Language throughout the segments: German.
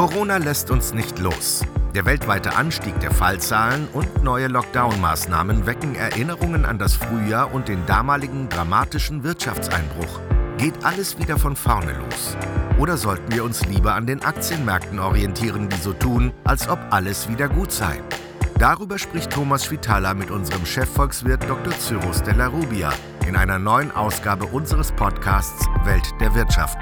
Corona lässt uns nicht los. Der weltweite Anstieg der Fallzahlen und neue Lockdown-Maßnahmen wecken Erinnerungen an das Frühjahr und den damaligen dramatischen Wirtschaftseinbruch. Geht alles wieder von vorne los? Oder sollten wir uns lieber an den Aktienmärkten orientieren, die so tun, als ob alles wieder gut sei? Darüber spricht Thomas Schwitala mit unserem Chefvolkswirt Dr. Cyrus Della Rubia in einer neuen Ausgabe unseres Podcasts Welt der Wirtschaft.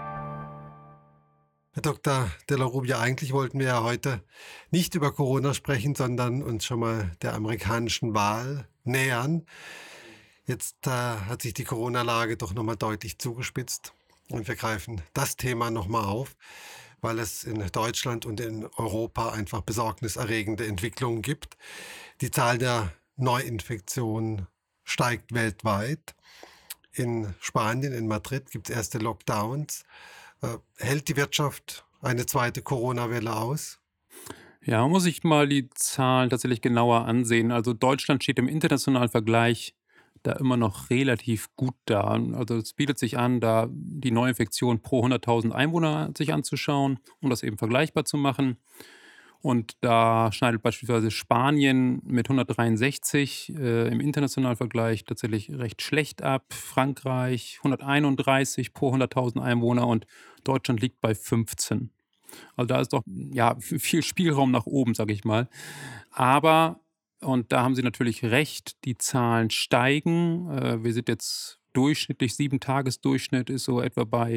Herr Dr. Della Rubia, eigentlich wollten wir ja heute nicht über Corona sprechen, sondern uns schon mal der amerikanischen Wahl nähern. Jetzt hat sich die Corona-Lage doch nochmal deutlich zugespitzt und wir greifen das Thema nochmal auf, weil es in Deutschland und in Europa einfach besorgniserregende Entwicklungen gibt. Die Zahl der Neuinfektionen steigt weltweit. In Spanien, in Madrid, gibt es erste Lockdowns. Hält die Wirtschaft eine zweite Corona-Welle aus? Ja, man muss sich mal die Zahlen tatsächlich genauer ansehen. Also Deutschland steht im internationalen Vergleich da immer noch relativ gut da. Also es bietet sich an, da die Neuinfektion pro 100.000 Einwohner sich anzuschauen, um das eben vergleichbar zu machen. Und da schneidet beispielsweise Spanien mit 163 im internationalen Vergleich tatsächlich recht schlecht ab. Frankreich 131 pro 100.000 Einwohner und Deutschland liegt bei 15. Also da ist doch ja viel Spielraum nach oben, sage ich mal. Aber, und da haben Sie natürlich recht, die Zahlen steigen. Wir sind jetzt durchschnittlich, 7-Tages-Durchschnitt ist so etwa bei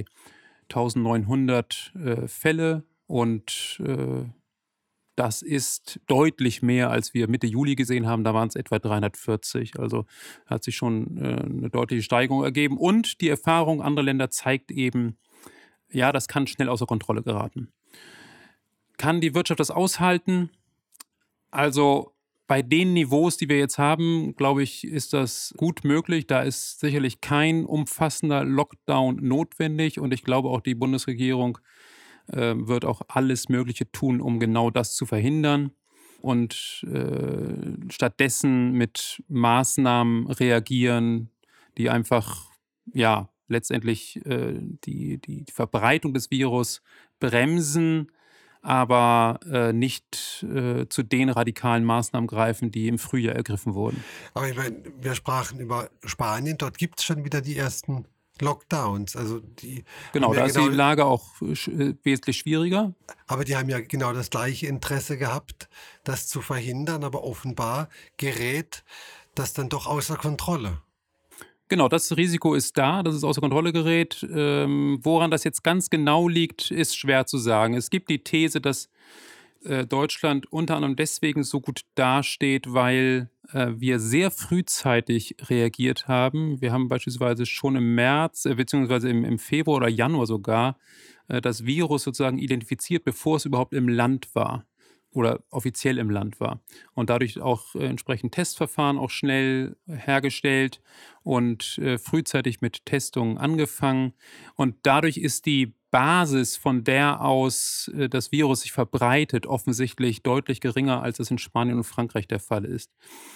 1900 Fälle und das ist deutlich mehr, als wir Mitte Juli gesehen haben. Da waren es etwa 340. Also hat sich schon eine deutliche Steigerung ergeben. Und die Erfahrung anderer Länder zeigt eben, ja, das kann schnell außer Kontrolle geraten. Kann die Wirtschaft das aushalten? Also bei den Niveaus, die wir jetzt haben, glaube ich, ist das gut möglich. Da ist sicherlich kein umfassender Lockdown notwendig. Und ich glaube auch, die Bundesregierung wird auch alles Mögliche tun, um genau das zu verhindern und stattdessen mit Maßnahmen reagieren, die einfach, ja, letztendlich die Verbreitung des Virus bremsen, aber nicht zu den radikalen Maßnahmen greifen, die im Frühjahr ergriffen wurden. Aber ich meine, wir sprachen über Spanien, dort gibt es schon wieder die ersten Lockdowns. Also die Genau, haben ja da ist die Lage auch wesentlich schwieriger. aber die haben ja genau das gleiche Interesse gehabt, das zu verhindern, aber offenbar gerät das dann doch außer Kontrolle. Genau, das Risiko ist da, dass es außer Kontrolle gerät. Woran das jetzt ganz genau liegt, ist schwer zu sagen. Es gibt die These, dass Deutschland unter anderem deswegen so gut dasteht, weil wir sehr frühzeitig reagiert haben. Wir haben beispielsweise schon im März, beziehungsweise im Februar oder Januar sogar, das Virus sozusagen identifiziert, bevor es überhaupt im Land war oder offiziell im Land war. Und dadurch auch entsprechend Testverfahren auch schnell hergestellt und frühzeitig mit Testungen angefangen. Und dadurch ist die Basis, von der aus das Virus sich verbreitet, offensichtlich deutlich geringer, als es in Spanien und Frankreich der Fall ist.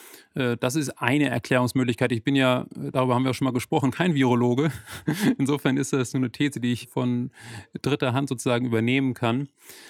Das ist eine Erklärungsmöglichkeit. Ich bin ja, darüber haben wir auch schon mal gesprochen, kein Virologe. Insofern ist das nur eine These, die ich von dritter Hand sozusagen übernehmen kann.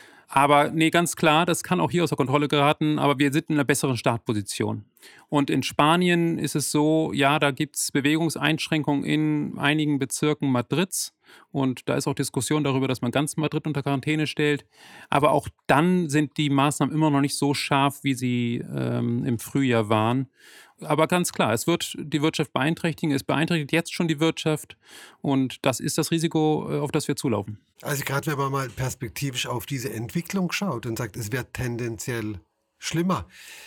Aber nee, ganz klar, das kann auch hier außer Kontrolle geraten, aber wir sind in einer besseren Startposition. Und in Spanien ist es so, ja, da gibt es Bewegungseinschränkungen in einigen Bezirken Madrids. Und da ist auch Diskussion darüber, dass man ganz Madrid unter Quarantäne stellt. Aber auch dann sind die Maßnahmen immer noch nicht so scharf, wie sie im Frühjahr waren. Aber ganz klar, es wird die Wirtschaft beeinträchtigen. Es beeinträchtigt jetzt schon die Wirtschaft. Und das ist das Risiko, auf das wir zulaufen. Also gerade wenn man mal perspektivisch auf diese Entwicklung schaut und sagt, es wird tendenziell schlimmer,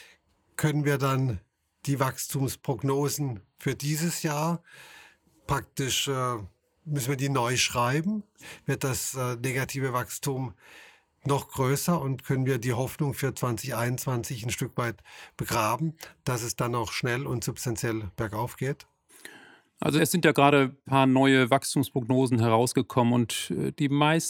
können wir dann die Wachstumsprognosen für dieses Jahr praktisch, müssen wir die neu schreiben? Wird das negative Wachstum noch größer und können wir die Hoffnung für 2021 ein Stück weit begraben, dass es dann auch schnell und substanziell bergauf geht? Also es sind ja gerade ein paar neue Wachstumsprognosen herausgekommen und die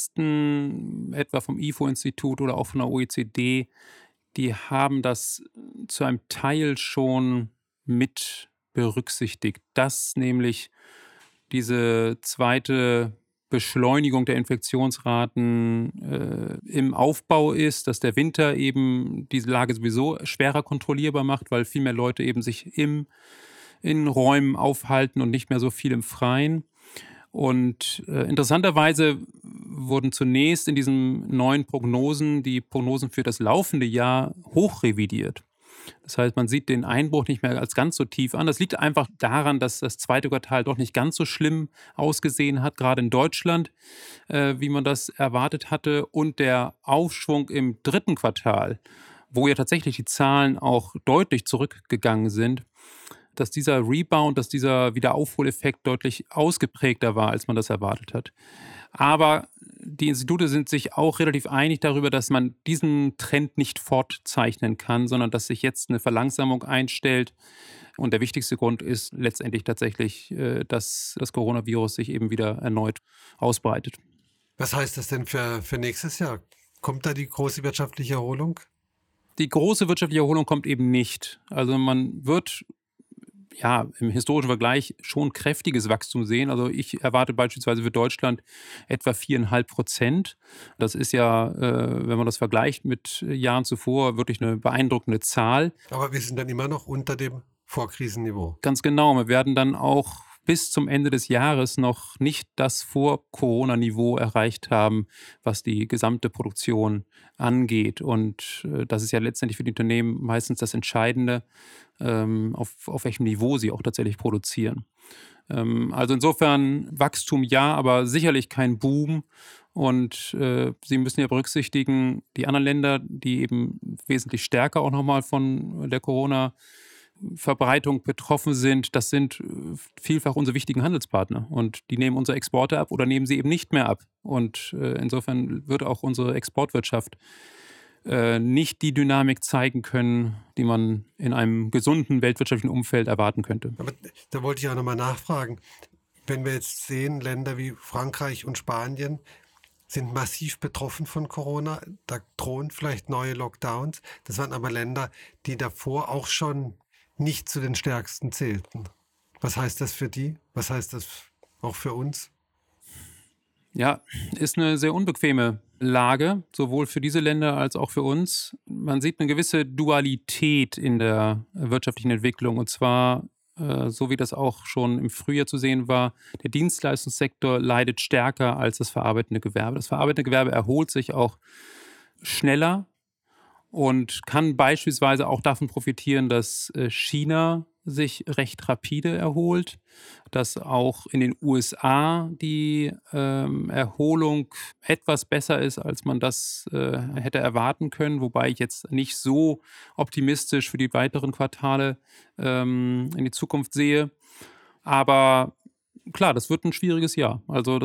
meisten, etwa vom IFO-Institut oder auch von der OECD, die haben das zu einem Teil schon mit berücksichtigt, dass nämlich diese zweite Beschleunigung der Infektionsraten im Aufbau ist, dass der Winter eben diese Lage sowieso schwerer kontrollierbar macht, weil viel mehr Leute eben sich in Räumen aufhalten und nicht mehr so viel im Freien. Und interessanterweise wurden zunächst in diesen neuen Prognosen die Prognosen für das laufende Jahr hochrevidiert. Das heißt, man sieht den Einbruch nicht mehr als ganz so tief an. Das liegt einfach daran, dass das zweite Quartal doch nicht ganz so schlimm ausgesehen hat, gerade in Deutschland, wie man das erwartet hatte. Und der Aufschwung im dritten Quartal, wo ja tatsächlich die Zahlen auch deutlich zurückgegangen sind, dass dieser Rebound, dass dieser Wiederaufholeffekt deutlich ausgeprägter war, als man das erwartet hat. Aber die Institute sind sich auch relativ einig darüber, dass man diesen Trend nicht fortzeichnen kann, sondern dass sich jetzt eine Verlangsamung einstellt. Und der wichtigste Grund ist letztendlich tatsächlich, dass das Coronavirus sich eben wieder erneut ausbreitet. Was heißt das denn für nächstes Jahr? Kommt da die große wirtschaftliche Erholung? Die große wirtschaftliche Erholung kommt eben nicht. Also man wird im historischen Vergleich schon kräftiges Wachstum sehen. Also ich erwarte beispielsweise für Deutschland etwa 4,5%. Das ist ja, wenn man das vergleicht mit Jahren zuvor, wirklich eine beeindruckende Zahl. Aber wir sind dann immer noch unter dem Vorkrisenniveau. Ganz genau. Wir werden dann auch bis zum Ende des Jahres noch nicht das Vor-Corona-Niveau erreicht haben, was die gesamte Produktion angeht. Und das ist ja letztendlich für die Unternehmen meistens das Entscheidende, auf welchem Niveau sie auch tatsächlich produzieren. Also insofern Wachstum ja, aber sicherlich kein Boom. Und Sie müssen ja berücksichtigen, die anderen Länder, die eben wesentlich stärker auch nochmal von der Corona-Verbreitung betroffen sind, das sind vielfach unsere wichtigen Handelspartner. Und die nehmen unsere Exporte ab oder nehmen sie eben nicht mehr ab. Und insofern wird auch unsere Exportwirtschaft nicht die Dynamik zeigen können, die man in einem gesunden weltwirtschaftlichen Umfeld erwarten könnte. Aber da wollte ich auch nochmal nachfragen. Wenn wir jetzt sehen, Länder wie Frankreich und Spanien sind massiv betroffen von Corona, da drohen vielleicht neue Lockdowns. Das waren aber Länder, die davor auch schon nicht zu den stärksten zählten. Was heißt das für die? Was heißt das auch für uns? Ja, ist eine sehr unbequeme Lage, sowohl für diese Länder als auch für uns. Man sieht eine gewisse Dualität in der wirtschaftlichen Entwicklung. Und zwar, so wie das auch schon im Frühjahr zu sehen war, der Dienstleistungssektor leidet stärker als das verarbeitende Gewerbe. Das verarbeitende Gewerbe erholt sich auch schneller und kann beispielsweise auch davon profitieren, dass China sich recht rapide erholt, dass auch in den USA die Erholung etwas besser ist, als man das hätte erwarten können, wobei ich jetzt nicht so optimistisch für die weiteren Quartale in die Zukunft sehe. Aber klar, das wird ein schwieriges Jahr. Also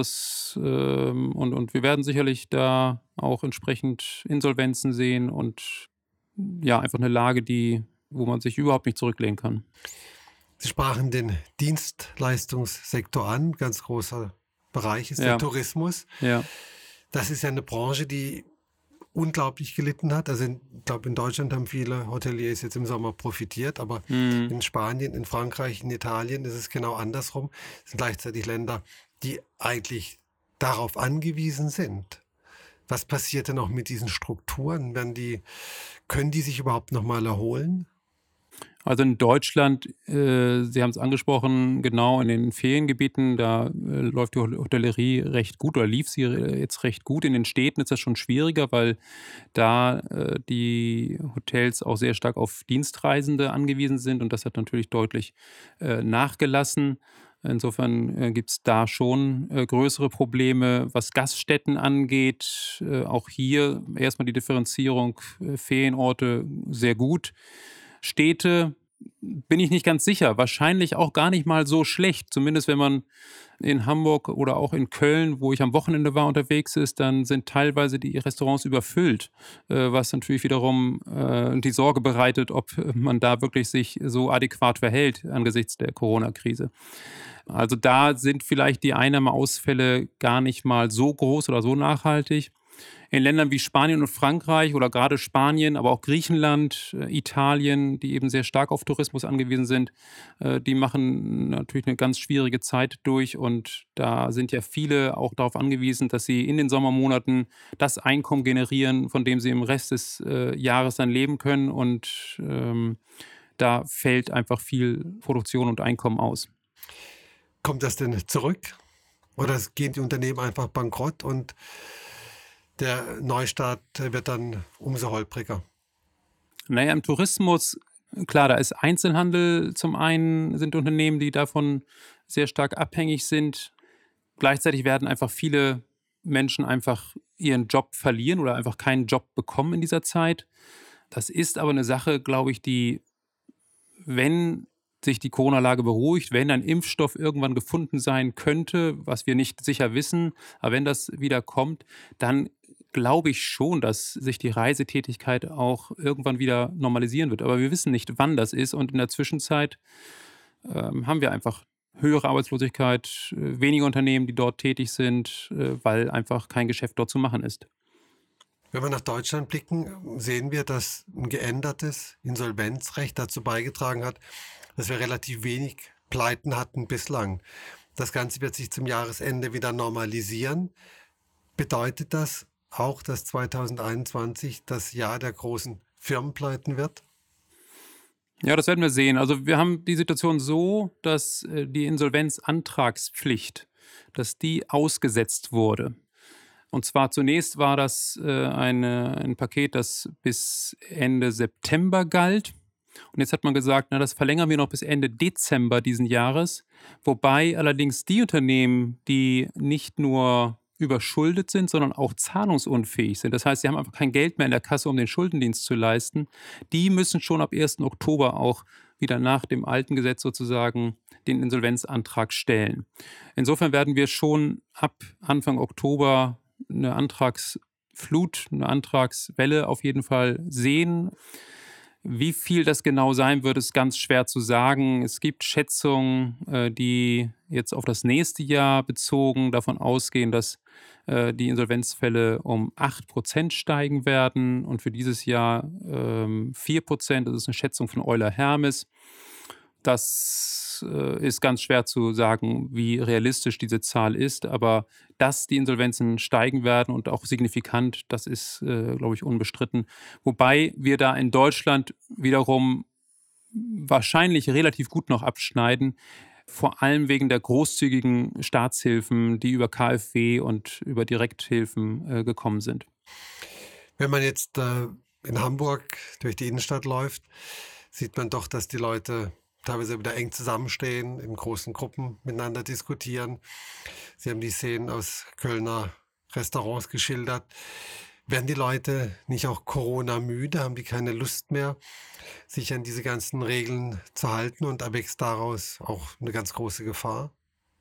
und wir werden sicherlich da auch entsprechend Insolvenzen sehen und ja, einfach eine Lage, wo man sich überhaupt nicht zurücklehnen kann. Sie sprachen den Dienstleistungssektor an. Ganz großer Bereich ist der Tourismus. Ja. Das ist ja eine Branche, die unglaublich gelitten hat. Also ich glaube, in Deutschland haben viele Hoteliers jetzt im Sommer profitiert, aber in Spanien, in Frankreich, in Italien ist es genau andersrum. Es sind gleichzeitig Länder, die eigentlich darauf angewiesen sind. Was passiert denn auch mit diesen Strukturen? Können die sich überhaupt nochmal erholen? Also in Deutschland, Sie haben es angesprochen, genau in den Feriengebieten, da läuft die Hotellerie recht gut oder lief sie jetzt recht gut. In den Städten ist das schon schwieriger, weil da die Hotels auch sehr stark auf Dienstreisende angewiesen sind und das hat natürlich deutlich nachgelassen. Insofern gibt es da schon größere Probleme. Was Gaststätten angeht, auch hier erstmal die Differenzierung Ferienorte sehr gut. Städte bin ich nicht ganz sicher. Wahrscheinlich auch gar nicht mal so schlecht. Zumindest wenn man in Hamburg oder auch in Köln, wo ich am Wochenende war, unterwegs ist, dann sind teilweise die Restaurants überfüllt, was natürlich wiederum die Sorge bereitet, ob man da wirklich sich so adäquat verhält angesichts der Corona-Krise. Also da sind vielleicht die Einnahmeausfälle gar nicht mal so groß oder so nachhaltig. In Ländern wie Spanien und Frankreich oder gerade Spanien, aber auch Griechenland, Italien, die eben sehr stark auf Tourismus angewiesen sind, die machen natürlich eine ganz schwierige Zeit durch und da sind ja viele auch darauf angewiesen, dass sie in den Sommermonaten das Einkommen generieren, von dem sie im Rest des Jahres dann leben können und da fällt einfach viel Produktion und Einkommen aus. Kommt das denn zurück? Oder gehen die Unternehmen einfach bankrott und der Neustart wird dann umso holpriger? Naja, im Tourismus, klar, da ist Einzelhandel zum einen, sind Unternehmen, die davon sehr stark abhängig sind. Gleichzeitig werden einfach viele Menschen einfach ihren Job verlieren oder einfach keinen Job bekommen in dieser Zeit. Das ist aber eine Sache, glaube ich, die, wenn sich die Corona-Lage beruhigt, wenn ein Impfstoff irgendwann gefunden sein könnte, was wir nicht sicher wissen, aber wenn das wieder kommt, dann glaube ich schon, dass sich die Reisetätigkeit auch irgendwann wieder normalisieren wird. Aber wir wissen nicht, wann das ist. Und in der Zwischenzeit haben wir einfach höhere Arbeitslosigkeit, weniger Unternehmen, die dort tätig sind, weil einfach kein Geschäft dort zu machen ist. Wenn wir nach Deutschland blicken, sehen wir, dass ein geändertes Insolvenzrecht dazu beigetragen hat, dass wir relativ wenig Pleiten hatten bislang. Das Ganze wird sich zum Jahresende wieder normalisieren. Bedeutet das auch, dass 2021 das Jahr der großen Firmenpleiten wird? Ja, das werden wir sehen. Also wir haben die Situation so, dass die Insolvenzantragspflicht, dass die ausgesetzt wurde. Und zwar zunächst war das ein Paket, das bis Ende September galt. Und jetzt hat man gesagt, na, das verlängern wir noch bis Ende Dezember diesen Jahres. Wobei allerdings die Unternehmen, die nicht nur überschuldet sind, sondern auch zahlungsunfähig sind. Das heißt, sie haben einfach kein Geld mehr in der Kasse, um den Schuldendienst zu leisten. Die müssen schon ab 1. Oktober auch wieder nach dem alten Gesetz sozusagen den Insolvenzantrag stellen. Insofern werden wir schon ab Anfang Oktober eine Antragsflut, eine Antragswelle auf jeden Fall sehen. Wie viel das genau sein wird, ist ganz schwer zu sagen. Es gibt Schätzungen, die jetzt auf das nächste Jahr bezogen davon ausgehen, dass die Insolvenzfälle um 8% steigen werden und für dieses Jahr 4%. Das ist eine Schätzung von Euler Hermes. Das ist ganz schwer zu sagen, wie realistisch diese Zahl ist, aber dass die Insolvenzen steigen werden und auch signifikant, das ist, glaube ich, unbestritten. Wobei wir da in Deutschland wiederum wahrscheinlich relativ gut noch abschneiden, vor allem wegen der großzügigen Staatshilfen, die über KfW und über Direkthilfen gekommen sind. Wenn man jetzt in Hamburg durch die Innenstadt läuft, sieht man doch, dass die Leute teilweise wieder eng zusammenstehen, in großen Gruppen miteinander diskutieren. Sie haben die Szenen aus Kölner Restaurants geschildert. Werden die Leute nicht auch Corona-müde? Haben die keine Lust mehr, sich an diese ganzen Regeln zu halten? Und erwächst daraus auch eine ganz große Gefahr?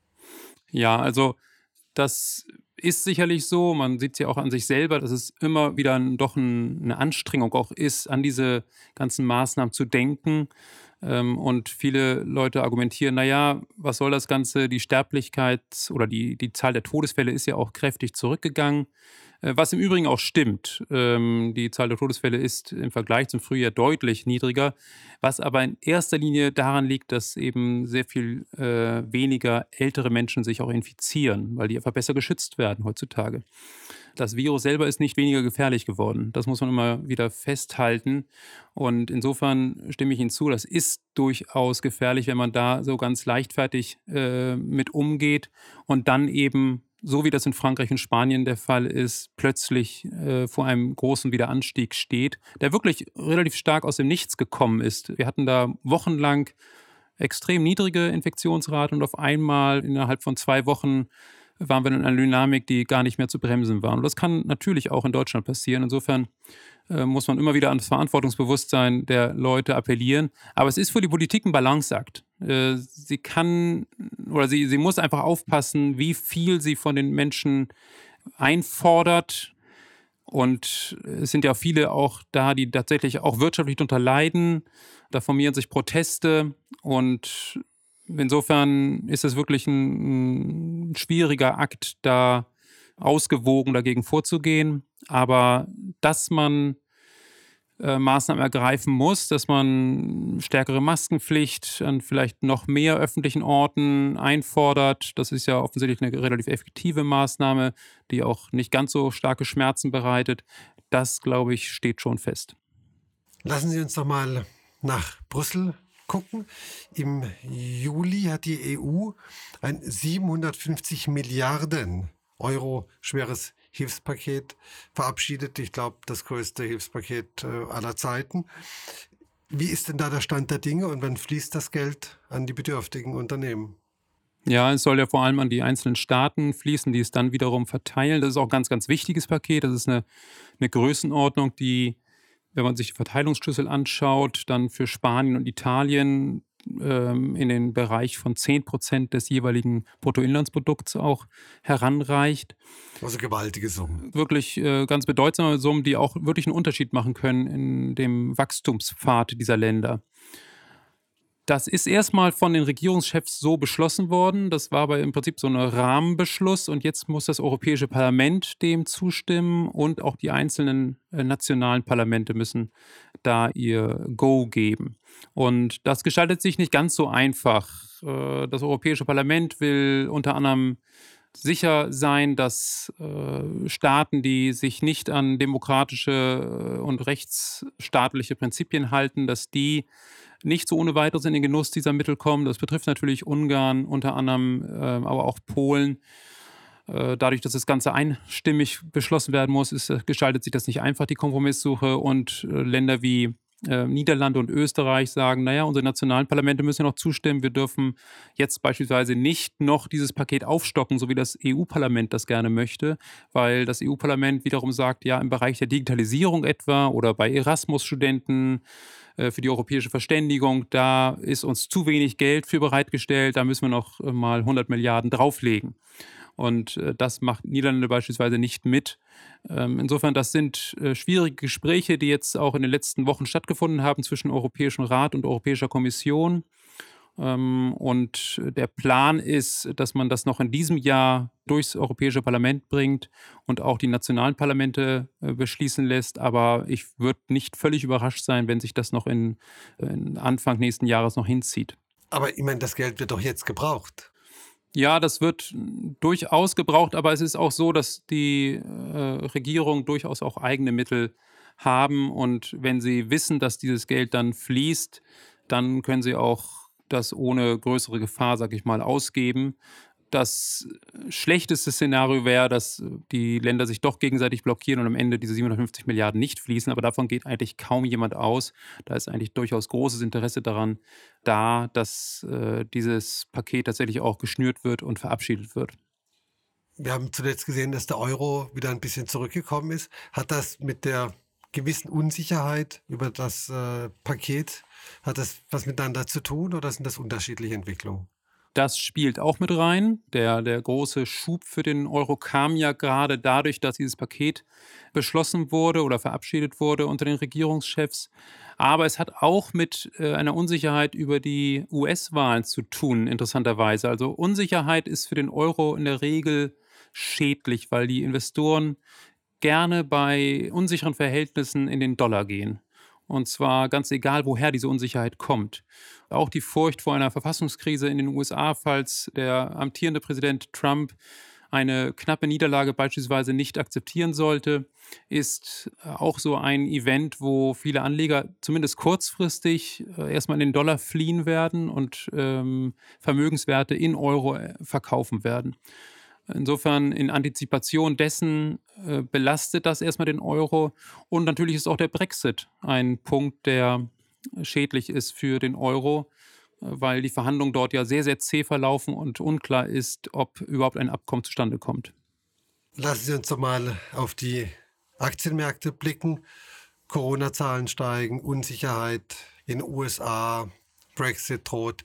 Ja, also das ist sicherlich so. Man sieht es ja auch an sich selber, dass es immer wieder doch eine Anstrengung auch ist, an diese ganzen Maßnahmen zu denken. Und viele Leute argumentieren, naja, was soll das Ganze? Die Sterblichkeit oder die Zahl der Todesfälle ist ja auch kräftig zurückgegangen. Was im Übrigen auch stimmt. Die Zahl der Todesfälle ist im Vergleich zum Frühjahr deutlich niedriger, was aber in erster Linie daran liegt, dass eben sehr viel weniger ältere Menschen sich auch infizieren, weil die einfach besser geschützt werden heutzutage. Das Virus selber ist nicht weniger gefährlich geworden. Das muss man immer wieder festhalten. Und insofern stimme ich Ihnen zu, das ist durchaus gefährlich, wenn man da so ganz leichtfertig mit umgeht und dann eben, so wie das in Frankreich und Spanien der Fall ist, plötzlich vor einem großen Wiederanstieg steht, der wirklich relativ stark aus dem Nichts gekommen ist. Wir hatten da wochenlang extrem niedrige Infektionsraten und auf einmal innerhalb von 2 Wochen waren wir in einer Dynamik, die gar nicht mehr zu bremsen war. Und das kann natürlich auch in Deutschland passieren. Insofern muss man immer wieder an das Verantwortungsbewusstsein der Leute appellieren. Aber es ist für die Politik ein Balanceakt. Sie kann oder sie muss einfach aufpassen, wie viel sie von den Menschen einfordert. Und es sind ja viele auch da, die tatsächlich auch wirtschaftlich darunter leiden. Da formieren sich Proteste und insofern ist es wirklich ein schwieriger Akt, da ausgewogen dagegen vorzugehen. Aber dass man Maßnahmen ergreifen muss, dass man stärkere Maskenpflicht an vielleicht noch mehr öffentlichen Orten einfordert. Das ist ja offensichtlich eine relativ effektive Maßnahme, die auch nicht ganz so starke Schmerzen bereitet. Das, glaube ich, steht schon fest. Lassen Sie uns doch mal nach Brüssel gucken. Im Juli hat die EU ein 750 Milliarden Euro schweres Hilfspaket verabschiedet. Ich glaube, das größte Hilfspaket aller Zeiten. Wie ist denn da der Stand der Dinge und wann fließt das Geld an die bedürftigen Unternehmen? Ja, es soll ja vor allem an die einzelnen Staaten fließen, die es dann wiederum verteilen. Das ist auch ein ganz, ganz wichtiges Paket. Das ist eine Größenordnung, die, wenn man sich die Verteilungsschlüssel anschaut, dann für Spanien und Italien in den Bereich von 10% des jeweiligen Bruttoinlandsprodukts auch heranreicht. Also gewaltige Summen. Wirklich ganz bedeutsame Summen, die auch wirklich einen Unterschied machen können in dem Wachstumspfad dieser Länder. Das ist erstmal von den Regierungschefs so beschlossen worden. Das war aber im Prinzip so ein Rahmenbeschluss und jetzt muss das Europäische Parlament dem zustimmen und auch die einzelnen nationalen Parlamente müssen da ihr Go geben. Und das gestaltet sich nicht ganz so einfach. Das Europäische Parlament will unter anderem sicher sein, dass Staaten, die sich nicht an demokratische und rechtsstaatliche Prinzipien halten, dass die nicht so ohne weiteres in den Genuss dieser Mittel kommen. Das betrifft natürlich Ungarn unter anderem, aber auch Polen. Dadurch, dass das Ganze einstimmig beschlossen werden muss, gestaltet sich das nicht einfach, die Kompromisssuche. Und Länder wie Niederlande und Österreich sagen, naja, unsere nationalen Parlamente müssen ja noch zustimmen. Wir dürfen jetzt beispielsweise nicht noch dieses Paket aufstocken, so wie das EU-Parlament das gerne möchte, weil das EU-Parlament wiederum sagt, ja, im Bereich der Digitalisierung etwa oder bei Erasmus-Studenten für die europäische Verständigung, da ist uns zu wenig Geld für bereitgestellt, da müssen wir noch mal 100 Milliarden drauflegen. Und das macht Niederlande beispielsweise nicht mit. Insofern, das sind schwierige Gespräche, die jetzt auch in den letzten Wochen stattgefunden haben zwischen Europäischem Rat und Europäischer Kommission. Und der Plan ist, dass man das noch in diesem Jahr durchs Europäische Parlament bringt und auch die nationalen Parlamente beschließen lässt. Aber ich würde nicht völlig überrascht sein, wenn sich das noch in Anfang nächsten Jahres noch hinzieht. Aber ich meine, das Geld wird doch jetzt gebraucht. Ja, das wird durchaus gebraucht, aber es ist auch so, dass die Regierung durchaus auch eigene Mittel haben. Und wenn sie wissen, dass dieses Geld dann fließt, dann können sie auch das ohne größere Gefahr, sag ich mal, ausgeben. Das schlechteste Szenario wäre, dass die Länder sich doch gegenseitig blockieren und am Ende diese 750 Milliarden nicht fließen. Aber davon geht eigentlich kaum jemand aus. Da ist eigentlich durchaus großes Interesse daran, dass dieses Paket tatsächlich auch geschnürt wird und verabschiedet wird. Wir haben zuletzt gesehen, dass der Euro wieder ein bisschen zurückgekommen ist. Hat das mit der gewissen Unsicherheit über das Paket, hat das was miteinander zu tun oder sind das unterschiedliche Entwicklungen? Das spielt auch mit rein. Der große Schub für den Euro kam ja gerade dadurch, dass dieses Paket beschlossen wurde oder verabschiedet wurde unter den Regierungschefs. Aber es hat auch mit einer Unsicherheit über die US-Wahlen zu tun, interessanterweise. Also Unsicherheit ist für den Euro in der Regel schädlich, weil die Investoren gerne bei unsicheren Verhältnissen in den Dollar gehen. Und zwar ganz egal, woher diese Unsicherheit kommt. Auch die Furcht vor einer Verfassungskrise in den USA, falls der amtierende Präsident Trump eine knappe Niederlage beispielsweise nicht akzeptieren sollte, ist auch so ein Event, wo viele Anleger zumindest kurzfristig erstmal in den Dollar fliehen werden und Vermögenswerte in Euro verkaufen werden. Insofern in Antizipation dessen belastet das erstmal den Euro. Und natürlich ist auch der Brexit ein Punkt, der schädlich ist für den Euro, weil die Verhandlungen dort ja sehr, sehr zäh verlaufen und unklar ist, ob überhaupt ein Abkommen zustande kommt. Lassen Sie uns doch mal auf die Aktienmärkte blicken. Corona-Zahlen steigen, Unsicherheit in den USA, Brexit droht.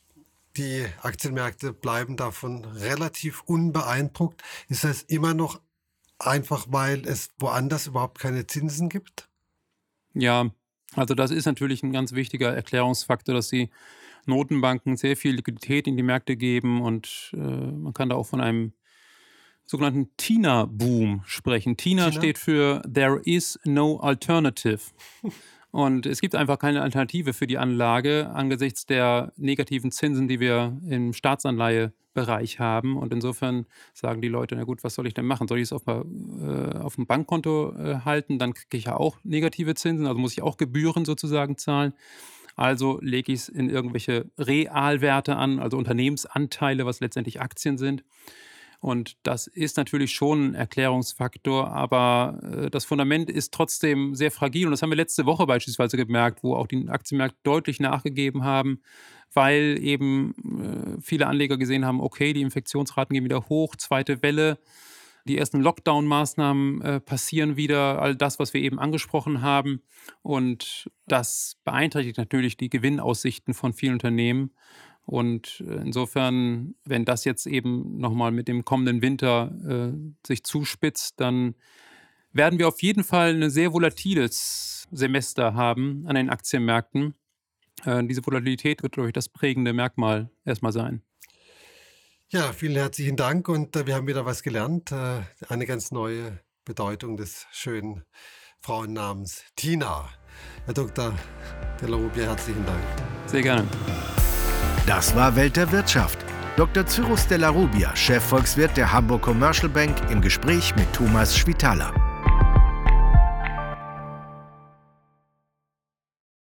Die Aktienmärkte bleiben davon relativ unbeeindruckt. Ist das immer noch einfach, weil es woanders überhaupt keine Zinsen gibt? Ja, also das ist natürlich ein ganz wichtiger Erklärungsfaktor, dass die Notenbanken sehr viel Liquidität in die Märkte geben und man kann da auch von einem sogenannten TINA-Boom sprechen. TINA steht für There is no alternative. Und es gibt einfach keine Alternative für die Anlage angesichts der negativen Zinsen, die wir im Staatsanleihebereich haben. Und insofern sagen die Leute, na gut, was soll ich denn machen? Soll ich es auf dem Bankkonto halten? Dann kriege ich ja auch negative Zinsen, also muss ich auch Gebühren sozusagen zahlen. Also lege ich es in irgendwelche Realwerte an, also Unternehmensanteile, was letztendlich Aktien sind. Und das ist natürlich schon ein Erklärungsfaktor, aber das Fundament ist trotzdem sehr fragil. Und das haben wir letzte Woche beispielsweise gemerkt, wo auch die Aktienmärkte deutlich nachgegeben haben, weil eben viele Anleger gesehen haben, okay, die Infektionsraten gehen wieder hoch, zweite Welle, die ersten Lockdown-Maßnahmen passieren wieder, all das, was wir eben angesprochen haben. Und das beeinträchtigt natürlich die Gewinnaussichten von vielen Unternehmen. Und insofern, wenn das jetzt eben nochmal mit dem kommenden Winter sich zuspitzt, dann werden wir auf jeden Fall ein sehr volatiles Semester haben an den Aktienmärkten. Diese Volatilität wird, glaube ich, das prägende Merkmal erstmal sein. Ja, vielen herzlichen Dank und wir haben wieder was gelernt. Eine ganz neue Bedeutung des schönen Frauennamens Tina. Herr Dr. de la Rubia, herzlichen Dank. Sehr gerne. Das war Welt der Wirtschaft. Dr. Cyrus de la Rubia, Chefvolkswirt der Hamburg Commercial Bank, im Gespräch mit Thomas Schwitaler.